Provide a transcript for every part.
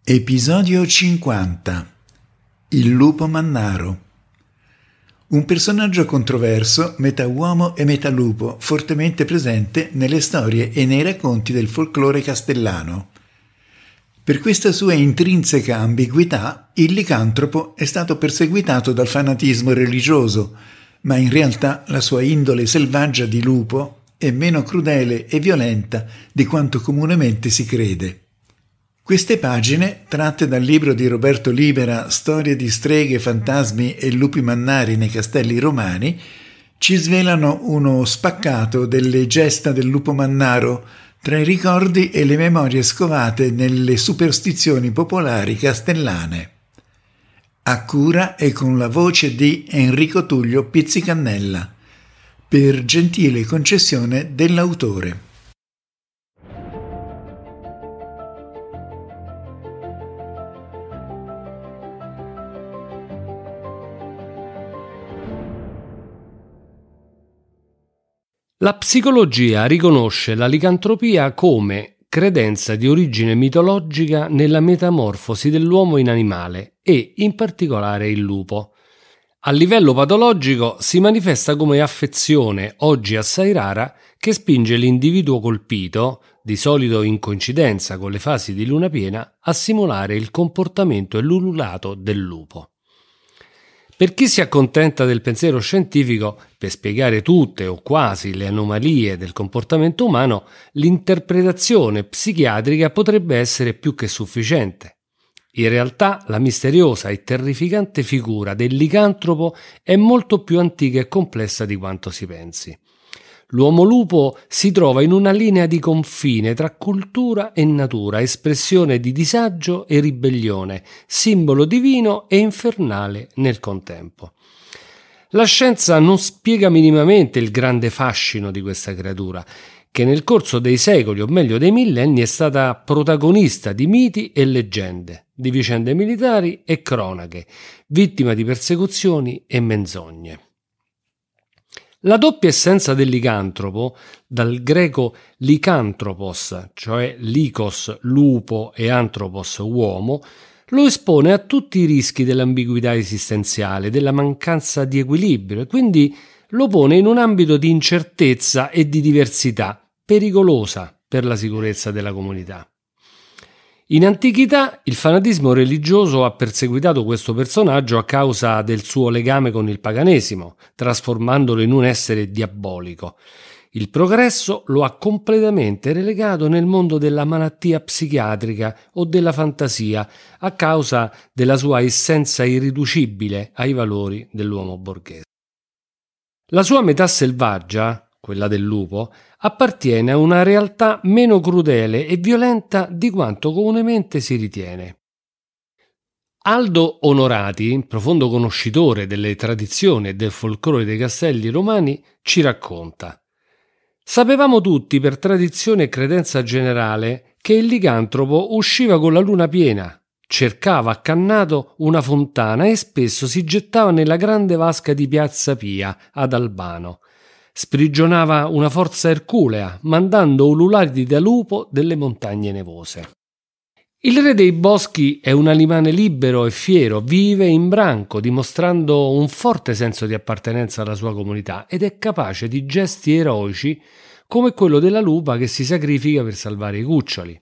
Episodio 50. Il lupo mannaro. Un personaggio controverso, metà uomo e metà lupo, fortemente presente nelle storie e nei racconti del folklore castellano. Per questa sua intrinseca ambiguità, il licantropo è stato perseguitato dal fanatismo religioso, ma in realtà la sua indole selvaggia di lupo è meno crudele e violenta di quanto comunemente si crede. Queste pagine, tratte dal libro di Roberto Libera Storie di streghe, fantasmi e lupi mannari nei castelli romani, ci svelano uno spaccato delle gesta del lupo mannaro tra i ricordi e le memorie scovate nelle superstizioni popolari castellane. A cura e con la voce di Enrico Tullio Pizzicannella, per gentile concessione dell'autore. La psicologia riconosce la licantropia come credenza di origine mitologica nella metamorfosi dell'uomo in animale e, in particolare, il lupo. A livello patologico si manifesta come affezione, oggi assai rara, che spinge l'individuo colpito, di solito in coincidenza con le fasi di luna piena, a simulare il comportamento e l'ululato del lupo. Per chi si accontenta del pensiero scientifico, per spiegare tutte o quasi le anomalie del comportamento umano, l'interpretazione psichiatrica potrebbe essere più che sufficiente. In realtà, la misteriosa e terrificante figura del licantropo è molto più antica e complessa di quanto si pensi. L'uomo lupo si trova in una linea di confine tra cultura e natura, espressione di disagio e ribellione, simbolo divino e infernale nel contempo. La scienza non spiega minimamente il grande fascino di questa creatura, che nel corso dei secoli, o meglio dei millenni, è stata protagonista di miti e leggende, di vicende militari e cronache, vittima di persecuzioni e menzogne. La doppia essenza del licantropo, dal greco lykanthropos, cioè likos, lupo, e anthropos, uomo, lo espone a tutti i rischi dell'ambiguità esistenziale, della mancanza di equilibrio, e quindi lo pone in un ambito di incertezza e di diversità, pericolosa per la sicurezza della comunità. In antichità il fanatismo religioso ha perseguitato questo personaggio a causa del suo legame con il paganesimo, trasformandolo in un essere diabolico. Il progresso lo ha completamente relegato nel mondo della malattia psichiatrica o della fantasia a causa della sua essenza irriducibile ai valori dell'uomo borghese. La sua metà selvaggia, quella del lupo, appartiene a una realtà meno crudele e violenta di quanto comunemente si ritiene. Aldo Onorati, profondo conoscitore delle tradizioni e del folklore dei castelli romani, ci racconta: «Sapevamo tutti per tradizione e credenza generale che il licantropo usciva con la luna piena, cercava accannato una fontana e spesso si gettava nella grande vasca di Piazza Pia ad Albano. Sprigionava una forza erculea, mandando ululati da lupo delle montagne nevose. Il re dei boschi è un animale libero e fiero, vive in branco, dimostrando un forte senso di appartenenza alla sua comunità ed è capace di gesti eroici come quello della lupa che si sacrifica per salvare i cuccioli.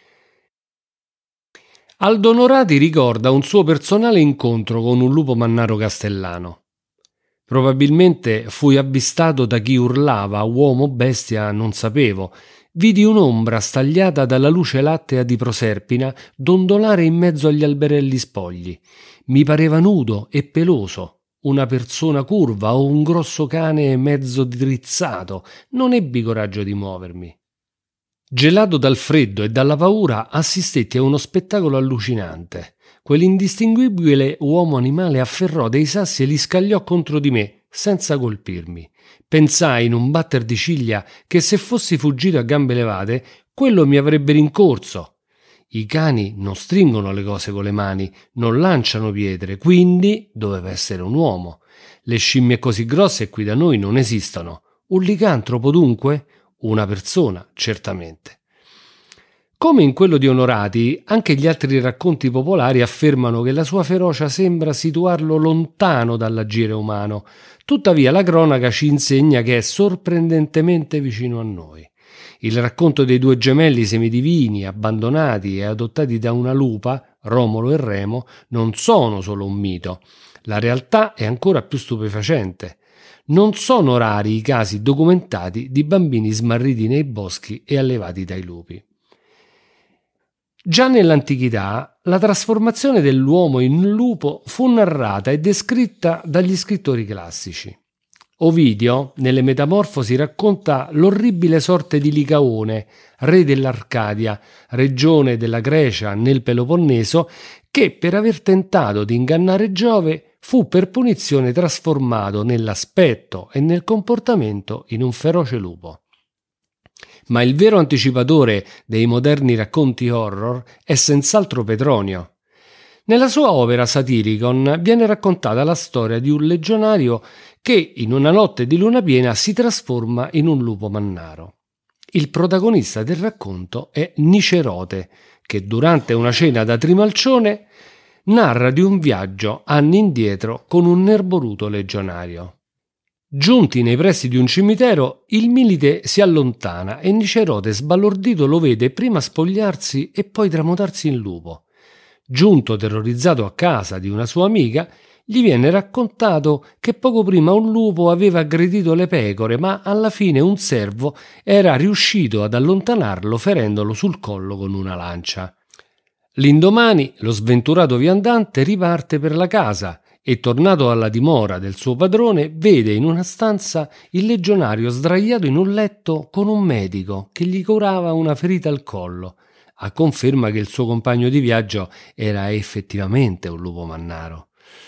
Aldo Onorati ricorda un suo personale incontro con un lupo mannaro castellano. Probabilmente fui avvistato da chi urlava, uomo o bestia non sapevo. Vidi un'ombra stagliata dalla luce lattea di Proserpina dondolare in mezzo agli alberelli spogli. Mi pareva nudo e peloso, una persona curva o un grosso cane mezzo drizzato. Non ebbi coraggio di muovermi. Gelato dal freddo e dalla paura, assistetti a uno spettacolo allucinante. Quell'indistinguibile uomo-animale afferrò dei sassi e li scagliò contro di me, senza colpirmi. Pensai in un batter di ciglia che se fossi fuggito a gambe levate, quello mi avrebbe rincorso. I cani non stringono le cose con le mani, non lanciano pietre, quindi doveva essere un uomo. Le scimmie così grosse qui da noi non esistono. Un licantropo dunque? Una persona, certamente. Come in quello di Onorati, anche gli altri racconti popolari affermano che la sua ferocia sembra situarlo lontano dall'agire umano. Tuttavia la cronaca ci insegna che è sorprendentemente vicino a noi. Il racconto dei due gemelli semidivini, abbandonati e adottati da una lupa, Romolo e Remo, non sono solo un mito. La realtà è ancora più stupefacente. Non sono rari i casi documentati di bambini smarriti nei boschi e allevati dai lupi. Già nell'antichità, la trasformazione dell'uomo in lupo fu narrata e descritta dagli scrittori classici. Ovidio, nelle Metamorfosi, racconta l'orribile sorte di Licaone, re dell'Arcadia, regione della Grecia nel Peloponneso, che per aver tentato di ingannare Giove fu per punizione trasformato nell'aspetto e nel comportamento in un feroce lupo. Ma il vero anticipatore dei moderni racconti horror è senz'altro Petronio. Nella sua opera Satiricon viene raccontata la storia di un legionario che in una notte di luna piena si trasforma in un lupo mannaro. Il protagonista del racconto è Nicerote, che durante una cena da Trimalcione narra di un viaggio anni indietro con un nerboruto legionario. Giunti nei pressi di un cimitero, il milite si allontana e Nicerote sbalordito lo vede prima spogliarsi e poi tramutarsi in lupo. Giunto terrorizzato a casa di una sua amica, gli viene raccontato che poco prima un lupo aveva aggredito le pecore, ma alla fine un servo era riuscito ad allontanarlo ferendolo sul collo con una lancia. L'indomani lo sventurato viandante riparte per la casa e, tornato alla dimora del suo padrone, vede in una stanza il legionario sdraiato in un letto con un medico che gli curava una ferita al collo, a conferma che il suo compagno di viaggio era effettivamente un lupo mannaro.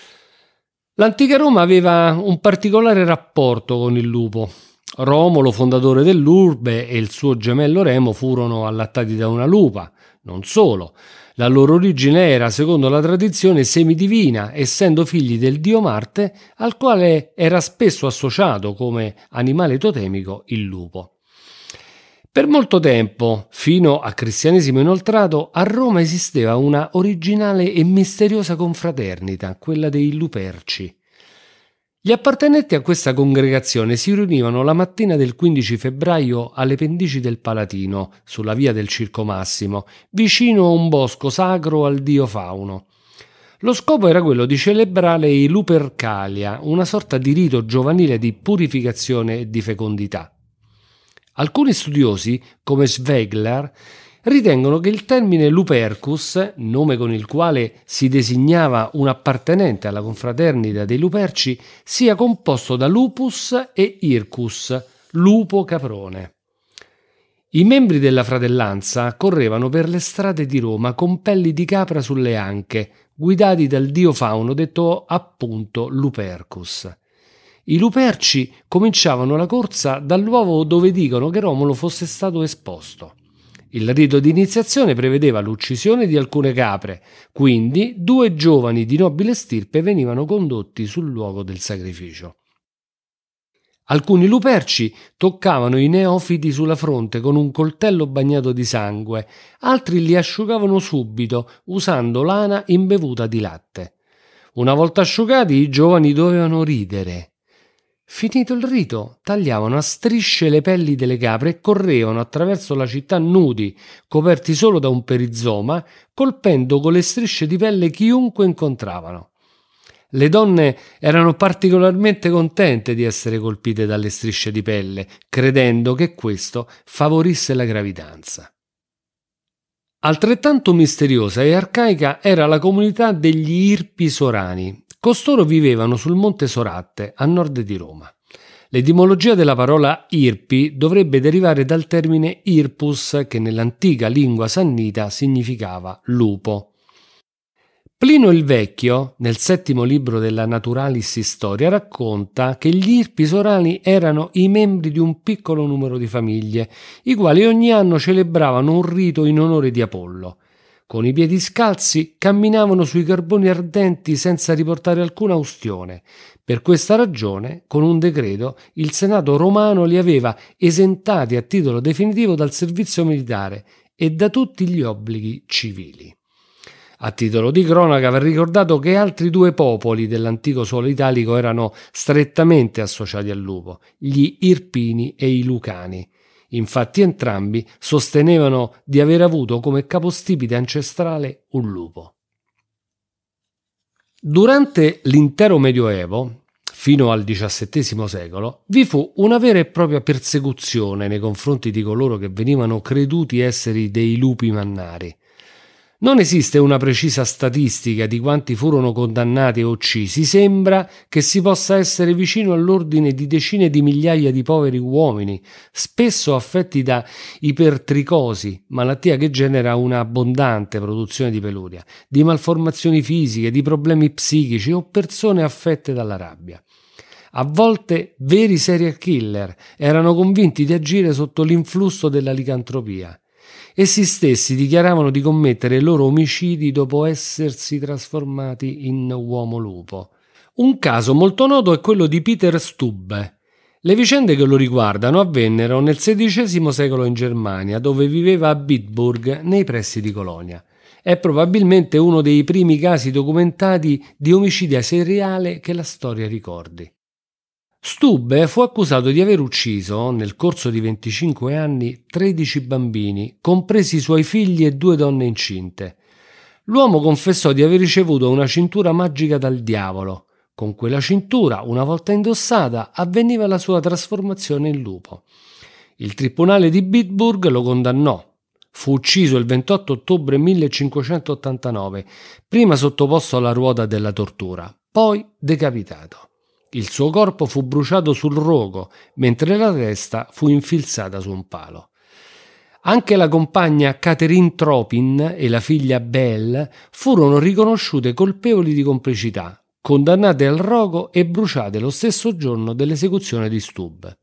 L'antica Roma aveva un particolare rapporto con il lupo. Romolo, fondatore dell'urbe, e il suo gemello Remo furono allattati da una lupa. Non solo. La loro origine era, secondo la tradizione, semidivina, essendo figli del dio Marte, al quale era spesso associato come animale totemico il lupo. Per molto tempo, fino al cristianesimo inoltrato, a Roma esisteva una originale e misteriosa confraternita, quella dei Luperci. Gli appartenenti a questa congregazione si riunivano la mattina del 15 febbraio alle pendici del Palatino, sulla via del Circo Massimo, vicino a un bosco sacro al dio Fauno. Lo scopo era quello di celebrare i Lupercalia, una sorta di rito giovanile di purificazione e di fecondità. Alcuni studiosi, come Schwegler, ritengono che il termine Lupercus, nome con il quale si designava un appartenente alla confraternita dei Luperci, sia composto da lupus e ircus, lupo caprone. I membri della fratellanza correvano per le strade di Roma con pelli di capra sulle anche, guidati dal dio Fauno detto appunto Lupercus. I Luperci cominciavano la corsa dal luogo dove dicono che Romolo fosse stato esposto. Il rito di iniziazione prevedeva l'uccisione di alcune capre, quindi 2 giovani di nobile stirpe venivano condotti sul luogo del sacrificio. Alcuni Luperci toccavano i neofiti sulla fronte con un coltello bagnato di sangue, altri li asciugavano subito usando lana imbevuta di latte. Una volta asciugati, i giovani dovevano ridere. Finito il rito, tagliavano a strisce le pelli delle capre e correvano attraverso la città nudi, coperti solo da un perizoma, colpendo con le strisce di pelle chiunque incontravano. Le donne erano particolarmente contente di essere colpite dalle strisce di pelle, credendo che questo favorisse la gravidanza. Altrettanto misteriosa e arcaica era la comunità degli Irpi Sorani. Costoro vivevano sul monte Soratte, a nord di Roma. L'etimologia della parola Irpi dovrebbe derivare dal termine Irpus, che nell'antica lingua sannita significava lupo. Plino il Vecchio, nel 7° libro della Naturalis Historia, racconta che gli Irpi Sorani erano i membri di un piccolo numero di famiglie, i quali ogni anno celebravano un rito in onore di Apollo. Con i piedi scalzi camminavano sui carboni ardenti senza riportare alcuna ustione. Per questa ragione, con un decreto, il Senato romano li aveva esentati a titolo definitivo dal servizio militare e da tutti gli obblighi civili. A titolo di cronaca va ricordato che altri due popoli dell'antico suolo italico erano strettamente associati al lupo, gli Irpini e i Lucani. Infatti entrambi sostenevano di aver avuto come capostipite ancestrale un lupo. Durante l'intero Medioevo, fino al XVII secolo, vi fu una vera e propria persecuzione nei confronti di coloro che venivano creduti essere dei lupi mannari. Non esiste una precisa statistica di quanti furono condannati e uccisi, sembra che si possa essere vicino all'ordine di decine di migliaia di poveri uomini, spesso affetti da ipertricosi, malattia che genera un'abbondante produzione di peluria, di malformazioni fisiche, di problemi psichici o persone affette dalla rabbia. A volte veri serial killer erano convinti di agire sotto l'influsso della licantropia. Essi stessi dichiaravano di commettere i loro omicidi dopo essersi trasformati in uomo lupo. Un caso molto noto è quello di Peter Stubbe. Le vicende che lo riguardano avvennero nel XVI secolo in Germania, dove viveva a Bitburg, nei pressi di Colonia. È probabilmente uno dei primi casi documentati di omicidio seriale che la storia ricordi. Stubbe fu accusato di aver ucciso, nel corso di 25 anni, 13 bambini, compresi i suoi figli e 2 donne incinte. L'uomo confessò di aver ricevuto una cintura magica dal diavolo. Con quella cintura, una volta indossata, avveniva la sua trasformazione in lupo. Il tribunale di Bitburg lo condannò. Fu ucciso il 28 ottobre 1589, prima sottoposto alla ruota della tortura, poi decapitato. Il suo corpo fu bruciato sul rogo, mentre la testa fu infilzata su un palo. Anche la compagna Catherine Tropin e la figlia Belle furono riconosciute colpevoli di complicità, condannate al rogo e bruciate lo stesso giorno dell'esecuzione di Stubbe.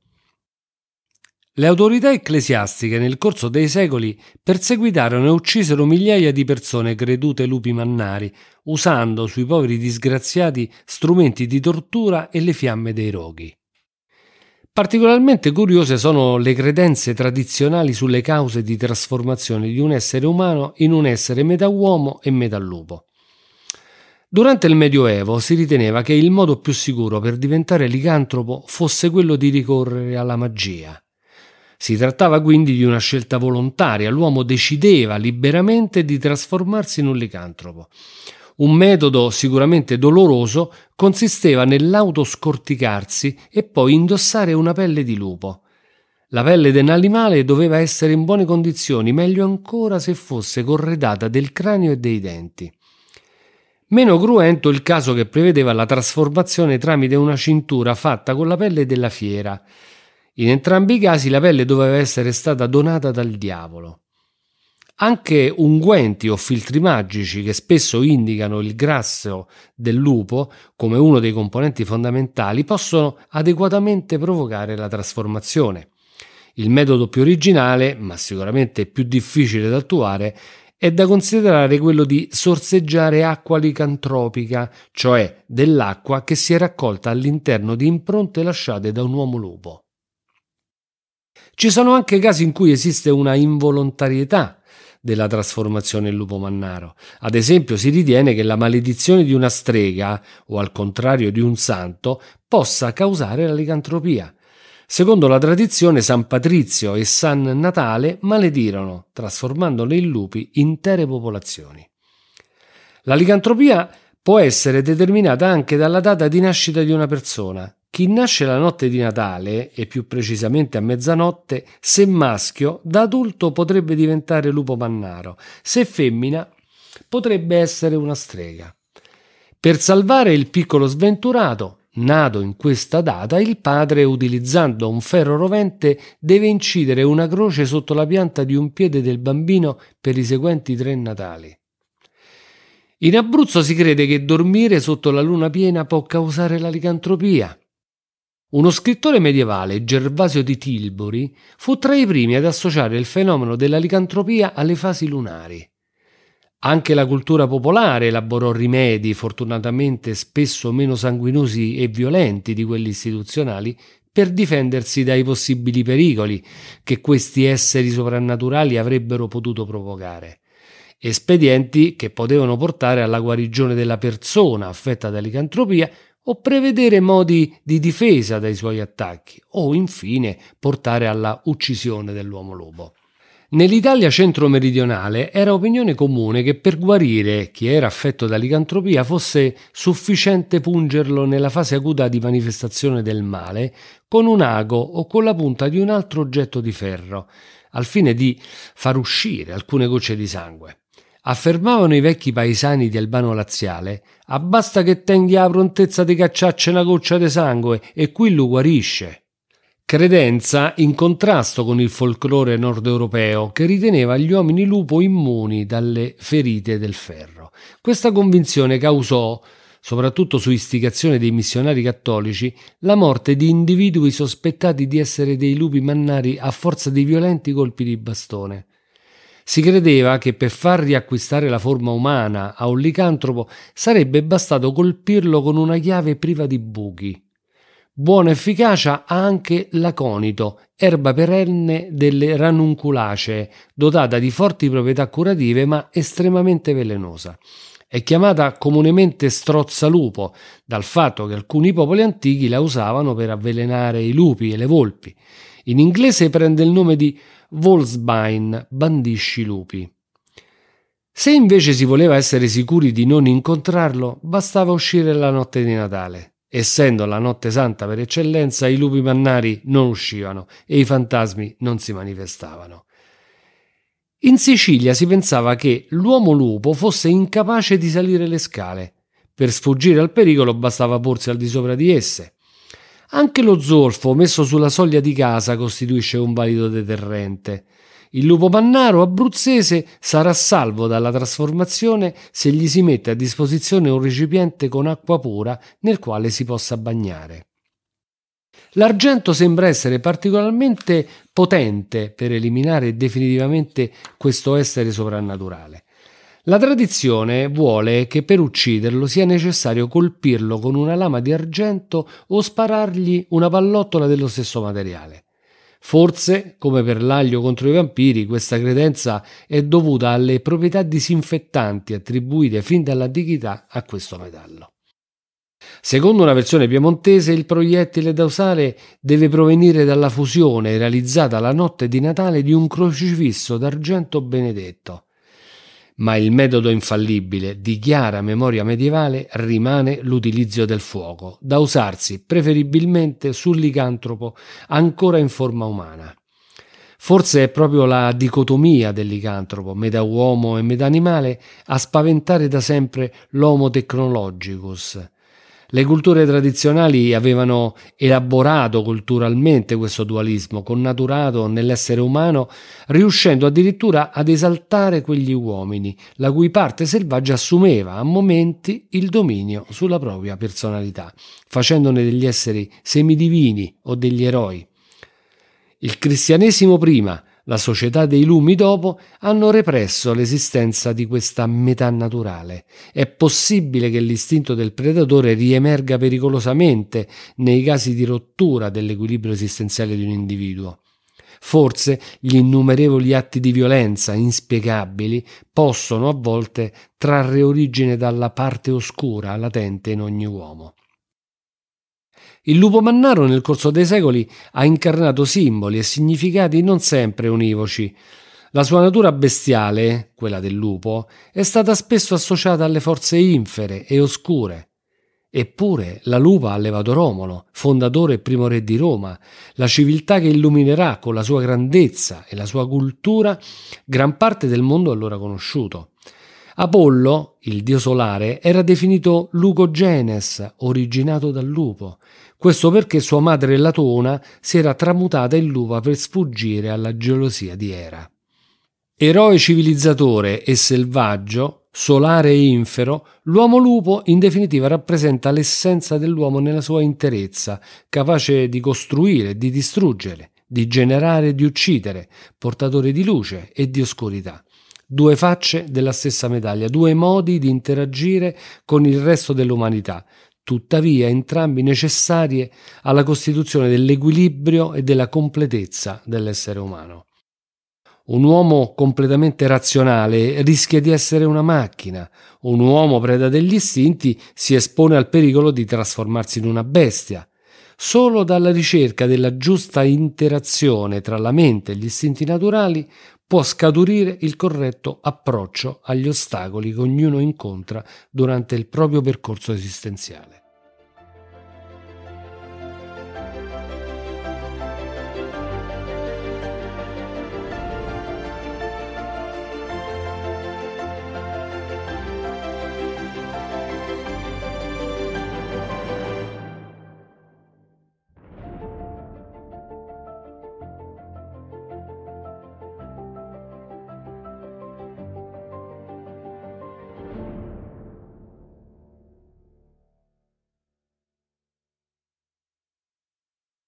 Le autorità ecclesiastiche nel corso dei secoli perseguitarono e uccisero migliaia di persone credute lupi mannari, usando sui poveri disgraziati strumenti di tortura e le fiamme dei roghi. Particolarmente curiose sono le credenze tradizionali sulle cause di trasformazione di un essere umano in un essere metà uomo e metà lupo. Durante il Medioevo si riteneva che il modo più sicuro per diventare licantropo fosse quello di ricorrere alla magia. Si trattava quindi di una scelta volontaria, l'uomo decideva liberamente di trasformarsi in un licantropo. Un metodo sicuramente doloroso consisteva nell'autoscorticarsi e poi indossare una pelle di lupo. La pelle dell'animale doveva essere in buone condizioni, meglio ancora se fosse corredata del cranio e dei denti. Meno cruento il caso che prevedeva la trasformazione tramite una cintura fatta con la pelle della fiera. In entrambi i casi la pelle doveva essere stata donata dal diavolo. Anche unguenti o filtri magici, che spesso indicano il grasso del lupo come uno dei componenti fondamentali, possono adeguatamente provocare la trasformazione. Il metodo più originale, ma sicuramente più difficile da attuare, è da considerare quello di sorseggiare acqua licantropica, cioè dell'acqua che si è raccolta all'interno di impronte lasciate da un uomo lupo. Ci sono anche casi in cui esiste una involontarietà della trasformazione in lupo mannaro. Ad esempio, si ritiene che la maledizione di una strega, o al contrario di un santo, possa causare la licantropia. Secondo la tradizione, San Patrizio e San Natale maledirono, trasformandole in lupi intere popolazioni. La licantropia può essere determinata anche dalla data di nascita di una persona. Chi nasce la notte di Natale, e più precisamente a mezzanotte, se maschio, da adulto potrebbe diventare lupo mannaro, se femmina potrebbe essere una strega. Per salvare il piccolo sventurato, nato in questa data, il padre, utilizzando un ferro rovente, deve incidere una croce sotto la pianta di un piede del bambino per i seguenti 3 Natali. In Abruzzo si crede che dormire sotto la luna piena può causare la licantropia. Uno scrittore medievale, Gervasio di Tilbury, fu tra i primi ad associare il fenomeno della licantropia alle fasi lunari. Anche la cultura popolare elaborò rimedi, fortunatamente spesso meno sanguinosi e violenti di quelli istituzionali, per difendersi dai possibili pericoli che questi esseri soprannaturali avrebbero potuto provocare. Espedienti che potevano portare alla guarigione della persona affetta da licantropia o prevedere modi di difesa dai suoi attacchi o infine portare alla uccisione dell'uomo lupo. Nell'Italia centro-meridionale era opinione comune che per guarire chi era affetto da licantropia fosse sufficiente pungerlo nella fase acuta di manifestazione del male con un ago o con la punta di un altro oggetto di ferro, al fine di far uscire alcune gocce di sangue. Affermavano i vecchi paesani di Albano Laziale: «Abbasta che tenghi la prontezza di cacciarci una goccia di sangue e qui lo guarisce». Credenza in contrasto con il folklore nord-europeo che riteneva gli uomini lupo immuni dalle ferite del ferro. Questa convinzione causò, soprattutto su istigazione dei missionari cattolici, la morte di individui sospettati di essere dei lupi mannari a forza di violenti colpi di bastone. Si credeva che per far riacquistare la forma umana a un licantropo sarebbe bastato colpirlo con una chiave priva di buchi. Buona efficacia ha anche l'aconito, erba perenne delle ranunculacee, dotata di forti proprietà curative ma estremamente velenosa. È chiamata comunemente strozzalupo, dal fatto che alcuni popoli antichi la usavano per avvelenare i lupi e le volpi. In inglese prende il nome di Wolfsbane, bandisci lupi. Se invece si voleva essere sicuri di non incontrarlo, bastava uscire la notte di Natale. Essendo la notte santa per eccellenza, i lupi mannari non uscivano e i fantasmi non si manifestavano. In Sicilia si pensava che l'uomo lupo fosse incapace di salire le scale. Per sfuggire al pericolo bastava porsi al di sopra di esse. Anche lo zolfo messo sulla soglia di casa costituisce un valido deterrente. Il lupo mannaro abruzzese sarà salvo dalla trasformazione se gli si mette a disposizione un recipiente con acqua pura nel quale si possa bagnare. L'argento sembra essere particolarmente potente per eliminare definitivamente questo essere soprannaturale. La tradizione vuole che per ucciderlo sia necessario colpirlo con una lama di argento o sparargli una pallottola dello stesso materiale. Forse, come per l'aglio contro i vampiri, questa credenza è dovuta alle proprietà disinfettanti attribuite fin dall'antichità a questo metallo. Secondo una versione piemontese, il proiettile da usare deve provenire dalla fusione realizzata la notte di Natale di un crocifisso d'argento benedetto. Ma il metodo infallibile di chiara memoria medievale rimane l'utilizzo del fuoco, da usarsi preferibilmente sul licantropo ancora in forma umana. Forse è proprio la dicotomia del licantropo, metà uomo e metà animale, a spaventare da sempre l'Homo technologicus. Le culture tradizionali avevano elaborato culturalmente questo dualismo, connaturato nell'essere umano, riuscendo addirittura ad esaltare quegli uomini, la cui parte selvaggia assumeva a momenti il dominio sulla propria personalità, facendone degli esseri semidivini o degli eroi. Il cristianesimo prima, la società dei lumi dopo, hanno represso l'esistenza di questa metà naturale. È possibile che l'istinto del predatore riemerga pericolosamente nei casi di rottura dell'equilibrio esistenziale di un individuo. Forse gli innumerevoli atti di violenza inspiegabili possono a volte trarre origine dalla parte oscura latente in ogni uomo. Il lupo mannaro nel corso dei secoli ha incarnato simboli e significati non sempre univoci. La sua natura bestiale, quella del lupo, è stata spesso associata alle forze infere e oscure. Eppure la lupa ha allevato Romolo, fondatore e primo re di Roma, la civiltà che illuminerà con la sua grandezza e la sua cultura gran parte del mondo allora conosciuto. Apollo, il dio solare, era definito Lucogenes, originato dal lupo. Questo perché sua madre Latona si era tramutata in lupa per sfuggire alla gelosia di Era. Eroe civilizzatore e selvaggio, solare e infero, l'uomo lupo in definitiva rappresenta l'essenza dell'uomo nella sua interezza, capace di costruire, di distruggere, di generare e di uccidere, portatore di luce e di oscurità. Due facce della stessa medaglia, due modi di interagire con il resto dell'umanità, tuttavia entrambi necessarie alla costituzione dell'equilibrio e della completezza dell'essere umano. Un uomo completamente razionale rischia di essere una macchina. Un uomo preda degli istinti si espone al pericolo di trasformarsi in una bestia. Solo dalla ricerca della giusta interazione tra la mente e gli istinti naturali può scaturire il corretto approccio agli ostacoli che ognuno incontra durante il proprio percorso esistenziale.